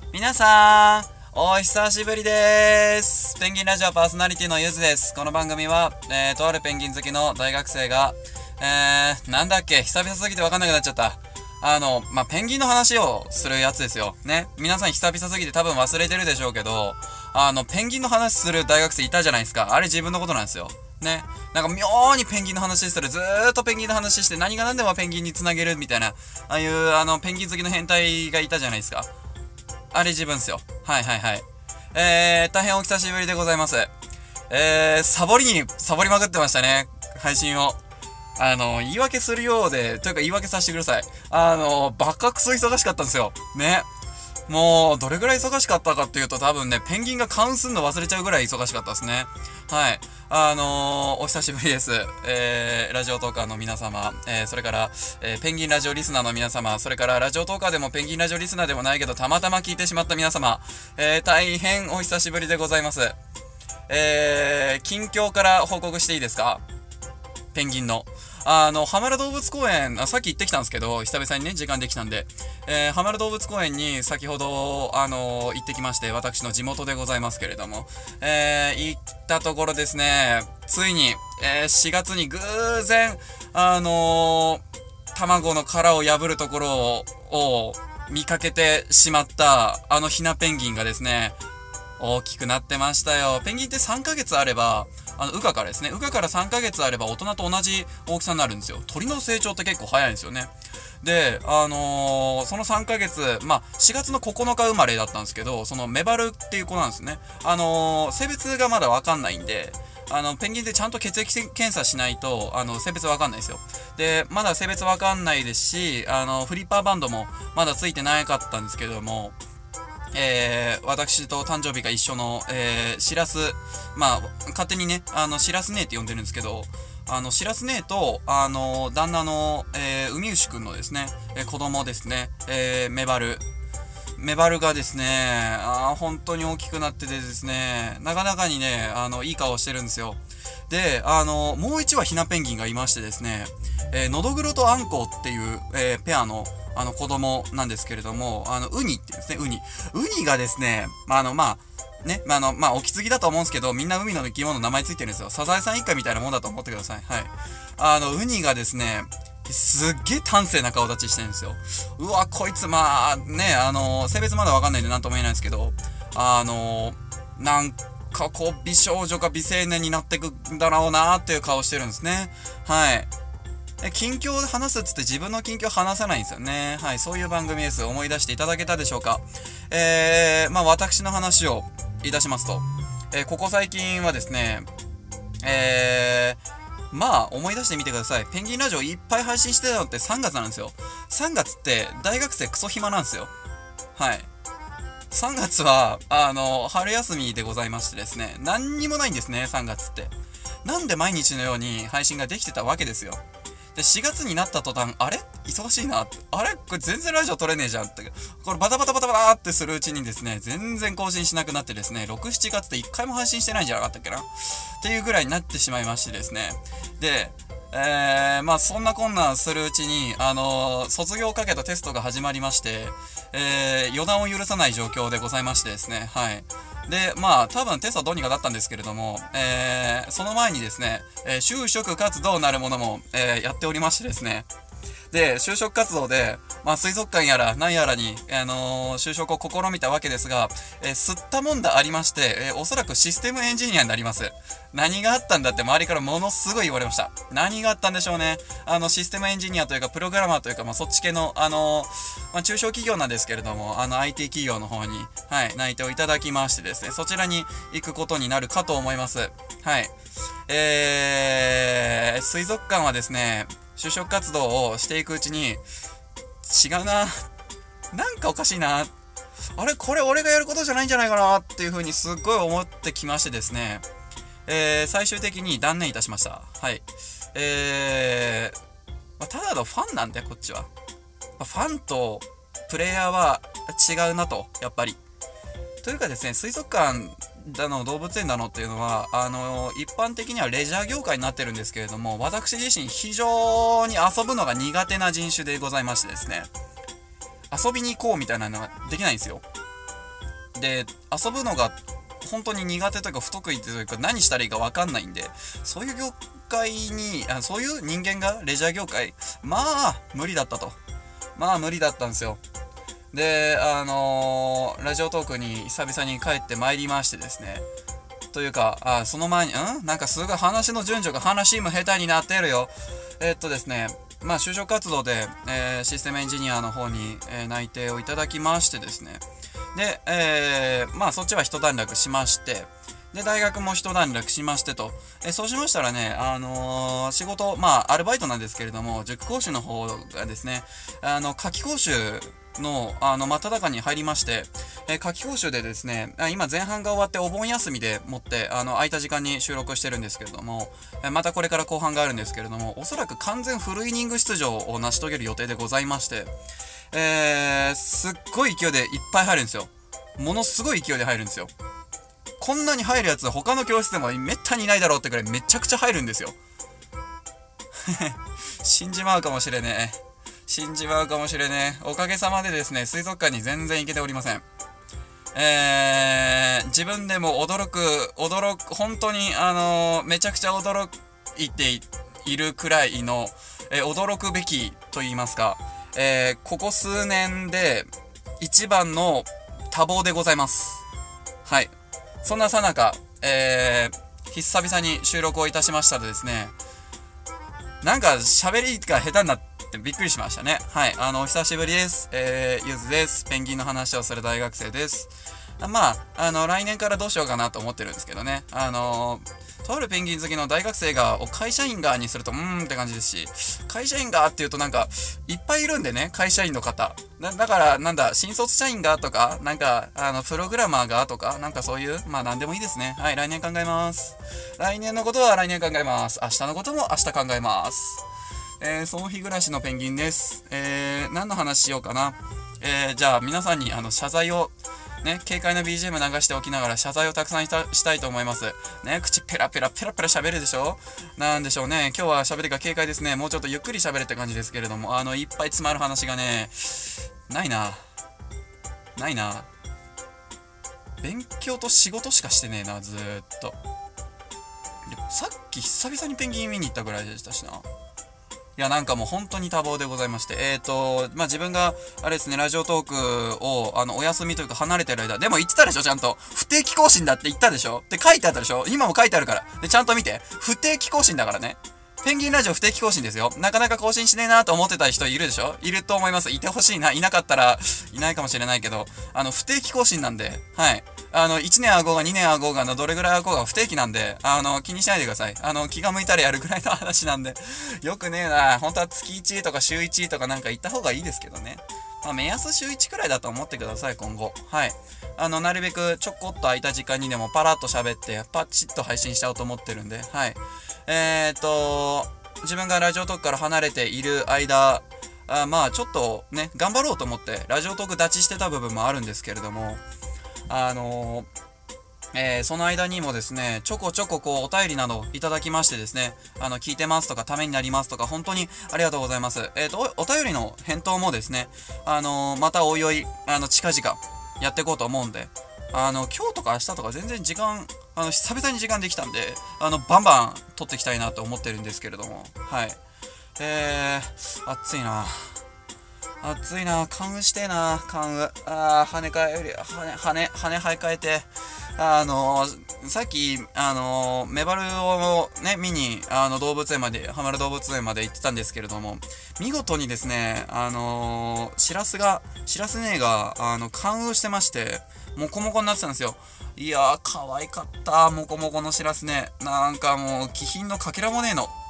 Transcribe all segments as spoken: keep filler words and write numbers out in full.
皆さん、お久しぶりです。ペンギンラジオパーソナリティのゆずです。この番組は、えー、とあるペンギン好きの大学生が、えー、なんだっけ、久々すぎてわかんなくなっちゃった。あの、まあ、ペンギンの話をするやつですよ。ね。皆さん久々すぎて多分忘れてるでしょうけど、あの、ペンギンの話する大学生いたじゃないですか。あれ自分のことなんですよ。ね。なんか妙にペンギンの話する。ずーっとペンギンの話して何が何でもペンギンにつなげるみたいな、ああいうあのペンギン好きの変態がいたじゃないですか。あれ自分っすよ。はいはいはい。えー、大変お久しぶりでございます。えー、サボりに、サボりまくってましたね。配信を。あの、言い訳するようで、というか言い訳させてください。あの、バカクソ忙しかったんですよ。ね。もう、どれぐらい忙しかったかっていうと多分ね、ペンギンがカウンすんの忘れちゃうぐらい忙しかったですね。はい。あのー、お久しぶりです。えー、ラジオトーカーの皆様、えー、それから、えー、ペンギンラジオリスナーの皆様、それからラジオトーカーでもペンギンラジオリスナーでもないけど、たまたま聞いてしまった皆様、えー、大変お久しぶりでございます。えー、近況から報告していいですか？ペンギンの。あの、浜原動物公園、あ、さっき行ってきたんですけど、久々にね、時間できたんで、えー、浜原動物公園に先ほど、あのー、行ってきまして、私の地元でございますけれども、えー、行ったところですね、ついに、えー、しがつに偶然、あのー、卵の殻を破るところを、を見かけてしまった、あのヒナペンギンがですね、大きくなってましたよ。ペンギンってさんかげつあれば、あの、羽化からですね。羽化からさんかげつあれば大人と同じ大きさになるんですよ。鳥の成長って結構早いんですよね。で、あのー、そのさんかげつ、まあ、しがつのここのか生まれだったんですけど、そのメバルっていう子なんですね。あのー、性別がまだわかんないんで、あの、ペンギンってちゃんと血液検査しないと、あの、性別わかんないですよ。で、まだ性別わかんないですし、あの、フリッパーバンドもまだついてなかったんですけども、えー、私と誕生日が一緒の、えー、しらす、まあ、勝手にね、あの、しらす姉って呼んでるんですけど、あの、しらす姉と、あの、旦那の、えー、海牛くんのですね、えー、子供ですね、えー、メバル。メバルがですね、あー本当に大きくなっててですね、なかなかにね、あの、いい顔してるんですよ。で、あの、もう一羽ヒナペンギンがいましてですね、えー、ノドグロとアンコウっていう、えー、ペアの、あの、子供なんですけれども、あの、ウニって言うんですね、ウニ。ウニがですね、まあ、あの、まあ、ね、まあ、あの、まあ、おき継ぎだと思うんですけど、みんな海の生き物の名前ついてるんですよ。サザエさん一家みたいなもんだと思ってください。はい。あの、ウニがですね、すっげえ端正な顔立ちしてるんですよ。うわ、こいつ、まあ、ね、あの、性別まだわかんないんでなんとも言えないんですけど、あの、なんかこう、美少女か美青年になってくんだろうなーっていう顔してるんですね。はい。え、近況で話すっつって自分の近況話さないんですよね。はい、そういう番組です。思い出していただけたでしょうか。えー、まあ私の話をいたしますと、えー、ここ最近はですね、えー、まあ思い出してみてください。ペンギンラジオいっぱい配信してたのってさんがつなんですよ。さんがつって大学生クソ暇なんですよ。はい。さんがつは、あの、春休みでございましてですね、何にもないんですね、さんがつって。なんで毎日のように配信ができてたわけですよ。で、しがつになった途端、あれ忙しいなって。あれこれ全然ラジオ撮れねえじゃんって。これバタバタバタバタってするうちにですね、全然更新しなくなってですね、ろく、しちがつでいっかいも配信してないんじゃなかったっけなっていうぐらいになってしまいましてですね。で、えー、まあそんなこんなんするうちに、あのー、卒業をかけたテストが始まりまして、えー、予断を許さない状況でございましてですね、はい。で、まあ、多分テストはどうにかだったんですけれども、えー、その前にですね、えー、就職活動なるものも、えー、やっておりましてですね、で、就職活動で、まあ、水族館やら何やらに、あのー就職を試みたわけですが、えー、吸ったもんだありまして、えーおそらくシステムエンジニアになります。何があったんだって周りからものすごい言われました。何があったんでしょうね。あの、システムエンジニアというか、プログラマーというか、まあ、そっち系の、あのーまあ、中小企業なんですけれども、あの、アイティー 企業の方に、はい、内定をいただきましてですね、そちらに行くことになるかと思います。はい。えー、水族館はですね、就職活動をしていくうちに、違うな。なんかおかしいな。あれこれ俺がやることじゃないんじゃないかなっていう風にすっごい思ってきましてですね。えー、最終的に断念いたしました。はい。えー、まあ、ただのファンなんで、こっちは。まあ、ファンとプレイヤーは違うなと、やっぱり。というかですね、水族館だの動物園だのっていうのは、あのー一般的にはレジャー業界になってるんですけれども、私自身非常に遊ぶのが苦手な人種でございましてですね、遊びに行こうみたいなのができないんですよ。 で、遊ぶのが本当に苦手というか不得意というか何したらいいか分かんないんで、そういう業界にあそういう人間がレジャー業界、まあ無理だったと。まあ無理だったんですよ。で、あのー、ラジオトークに久々に帰ってまいりましてですね。というか、あその前に、んなんかすごい話の順序が話も下手になってるよ。えー、っとですね、まあ就職活動で、えー、システムエンジニアの方に、えー、内定をいただきましてですね。で、えー、まあそっちは一段落しまして、で、大学も一段落しましてと。えそうしましたらね、あのー、仕事、まあ、アルバイトなんですけれども、塾講師の方がですね、あの、夏季講習の、あの、真っ只中に入りまして、えー、夏季講習でですね、今前半が終わってお盆休みでもって、あの、空いた時間に収録してるんですけれども、えまたこれから後半があるんですけれども、おそらく完全フルイニング出場を成し遂げる予定でございまして、えー、すっごい勢いでいっぱい入るんですよ。ものすごい勢いで入るんですよ。こんなに入るやつ他の教室でもめったにいないだろうってくらいめちゃくちゃ入るんですよ。死んじまうかもしれねえ。死んじまうかもしれねえ。おかげさまでですね、水族館に全然行けておりません。えー、自分でも驚く、驚く、本当にあのー、めちゃくちゃ驚いているくらいの、えー、驚くべきと言いますか、えー、ここ数年で一番の多忙でございます。はい。そんなさなか、えー、久々に収録をいたしましたとですね、なんか喋りが下手になってびっくりしましたね。はい、あの、お久しぶりです。えー、ゆずです。ペンギンの話をする大学生です。まあ、あの、来年からどうしようかなと思ってるんですけどね。あのー、とあるペンギン好きの大学生が、会社員側にすると、うーんって感じですし、会社員側っていうとなんか、いっぱいいるんでね、会社員の方。だ, だから、なんだ、新卒社員がとか、なんか、あの、プログラマーがとか、なんかそういう、まあなんでもいいですね。はい、来年考えます。来年のことは来年考えます。明日のことも明日考えます。えー、その日暮らしのペンギンです。えー、何の話しようかな。えー、じゃあ皆さんにあの謝罪を、ね、軽快な ビージーエム 流しておきながら謝罪をたくさんしたしたいと思います。ね、口ペラペラペラペラ喋るでしょ。なんでしょうね。今日は喋りが軽快ですね。もうちょっとゆっくり喋れって感じですけれども、あの、いっぱい詰まる話がね、ないな。ないな。勉強と仕事しかしてねえな、ずーっと。さっき久々にペンギン見に行ったぐらいでしたしな。いや、なんかもう本当に多忙でございまして。えーと、まあ、自分が、あれですね、ラジオトークを、あの、お休みというか離れてる間、でも言ってたでしょ、ちゃんと。不定期更新だって言ったでしょ。で、書いてあったでしょ。今も書いてあるから。で、ちゃんと見て。不定期更新だからね。ペンギンラジオ不定期更新ですよ。なかなか更新しねえなと思ってた人いるでしょ。いると思います。いてほしいな。いなかったら、いないかもしれないけど、あの、不定期更新なんで、はい。あの、いちねんあごうがにねんあごうがのどれぐらいあごうが不定期なんで、あの、気にしないでください。あの、気が向いたらやるぐらいの話なんで、よくねえな。本当は月いちとか週いちとかなんか行った方がいいですけどね。まあ、目安週いちくらいだと思ってください、今後。はい。あの、なるべくちょこっと空いた時間にでもパラッと喋って、パチッと配信しちゃおうと思ってるんで、はい。えーっと、自分がラジオトークから離れている間、あまあちょっとね、頑張ろうと思って、ラジオトーク立ちしてた部分もあるんですけれども、あのー、えー、その間にもですね、ちょこちょここうお便りなどいただきましてですね、あの、聞いてますとか、ためになりますとか、本当にありがとうございます。えっと、お、お便りの返答もですね、あのー、またおいおい、あの、近々やっていこうと思うんで、あの、今日とか明日とか全然時間、あの、久々に時間できたんで、あの、バンバン撮っていきたいなと思ってるんですけれども、はい。えー、暑いな。暑いな。関羽してえな。関羽。あー、跳ね返り、跳ね、跳ね、跳ね生え替えて、あのー、さっき、あのー、メバルをね、見に、あの、動物園まで、ハマる動物園まで行ってたんですけれども、見事にですね、あのー、シラスが、シラス姉が、あの、関羽してまして、モコモコになってたんですよ。いやー、可愛かった。モコモコのシラスね。なんかもう、気品のかけらもねえの。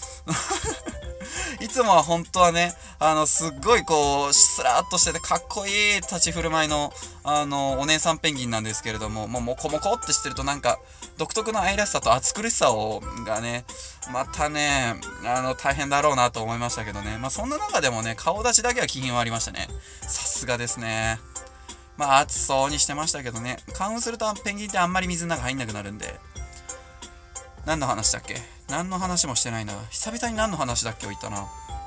いつもは本当はね、あの、すっごいこう、スラーっとしててかっこいい立ち振る舞いの、あの、お姉さんペンギンなんですけれども、もう、モコモコってしてるとなんか、独特の愛らしさと暑苦しさを、がね、またね、あの、大変だろうなと思いましたけどね。まあ、そんな中でもね、顔立ちだけは気品はありましたね。さすがですね。まあ、暑そうにしてましたけどね。関羽するとペンギンってあんまり水の中入んなくなるんで。何の話だっけ？何の話もしてないな。久々に何の話だっけを言ったな。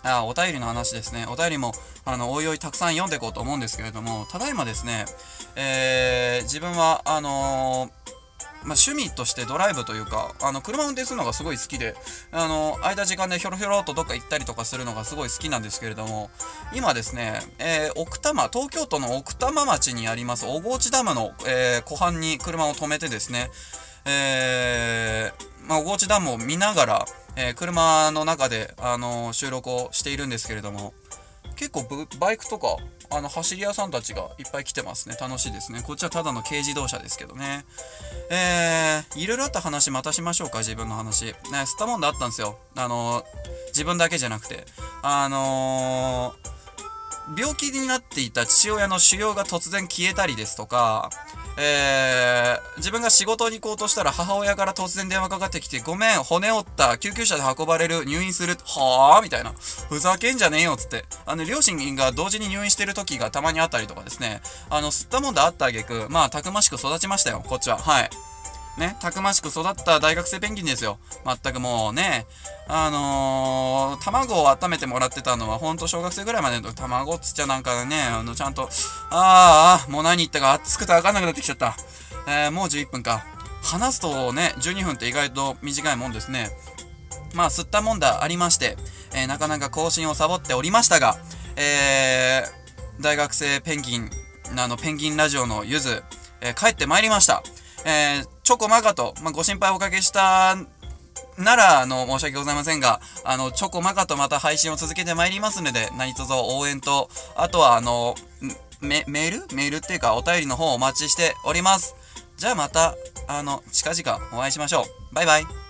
あ、お便りの話ですね。お便りも、あの、おいおいたくさん読んでいこうと思うんですけれども、ただいまですね、えー、自分は、あのー、まあ、趣味としてドライブというか、あの、車運転するのがすごい好きで、あの、空いた時間でひょろひょろっとどっか行ったりとかするのがすごい好きなんですけれども、今ですね、えー、奥多摩、東京都の奥多摩町にあります小河内ダムの、えー、湖畔に車を止めてですね、えー、まあ、小河内ダムを見ながら、えー、車の中で、あのー、収録をしているんですけれども、結構バイクとか、あの、走り屋さんたちがいっぱい来てますね。楽しいですね。こっちはただの軽自動車ですけどね。えー、いろいろあった話またしましょうか、自分の話。ね、吸ったもんだあったんですよ。あのー、自分だけじゃなくて。あのー、病気になっていた父親の腫瘍が突然消えたりですとか、えー、自分が仕事に行こうとしたら母親から突然電話かかってきて、ごめん、骨折った、救急車で運ばれる、入院する、はぁみたいな。ふざけんじゃねえよ、つって。あの、両親が同時に入院してる時がたまにあったりとかですね。あの、吸ったもんだあったあげく、まあ、たくましく育ちましたよ、こっちは。はい。ね、たくましく育った大学生ペンギンですよ。まったくもうね、あのー、卵を温めてもらってたのは、ほんと小学生ぐらいまでの卵っつっちゃなんかね、あの、ちゃんと、ああ、もう何言ったか熱くてわかんなくなってきちゃった。えー、もうじゅういっぷんか。話すとね、じゅうにふんって意外と短いもんですね。まあ、吸ったもんだありまして、えー、なかなか更新をサボっておりましたが、えー、大学生ペンギン、あの、ペンギンラジオのゆず、えー、帰ってまいりました。えー、チョコマガと、まあ、ご心配おかけしたなら、あの、申し訳ございませんが、あの、チョコマガとまた配信を続けてまいりますので、何卒応援と、あとは、あの、メ、メールメールっていうか、お便りの方をお待ちしております。じゃあまた、あの、近々お会いしましょう。バイバイ。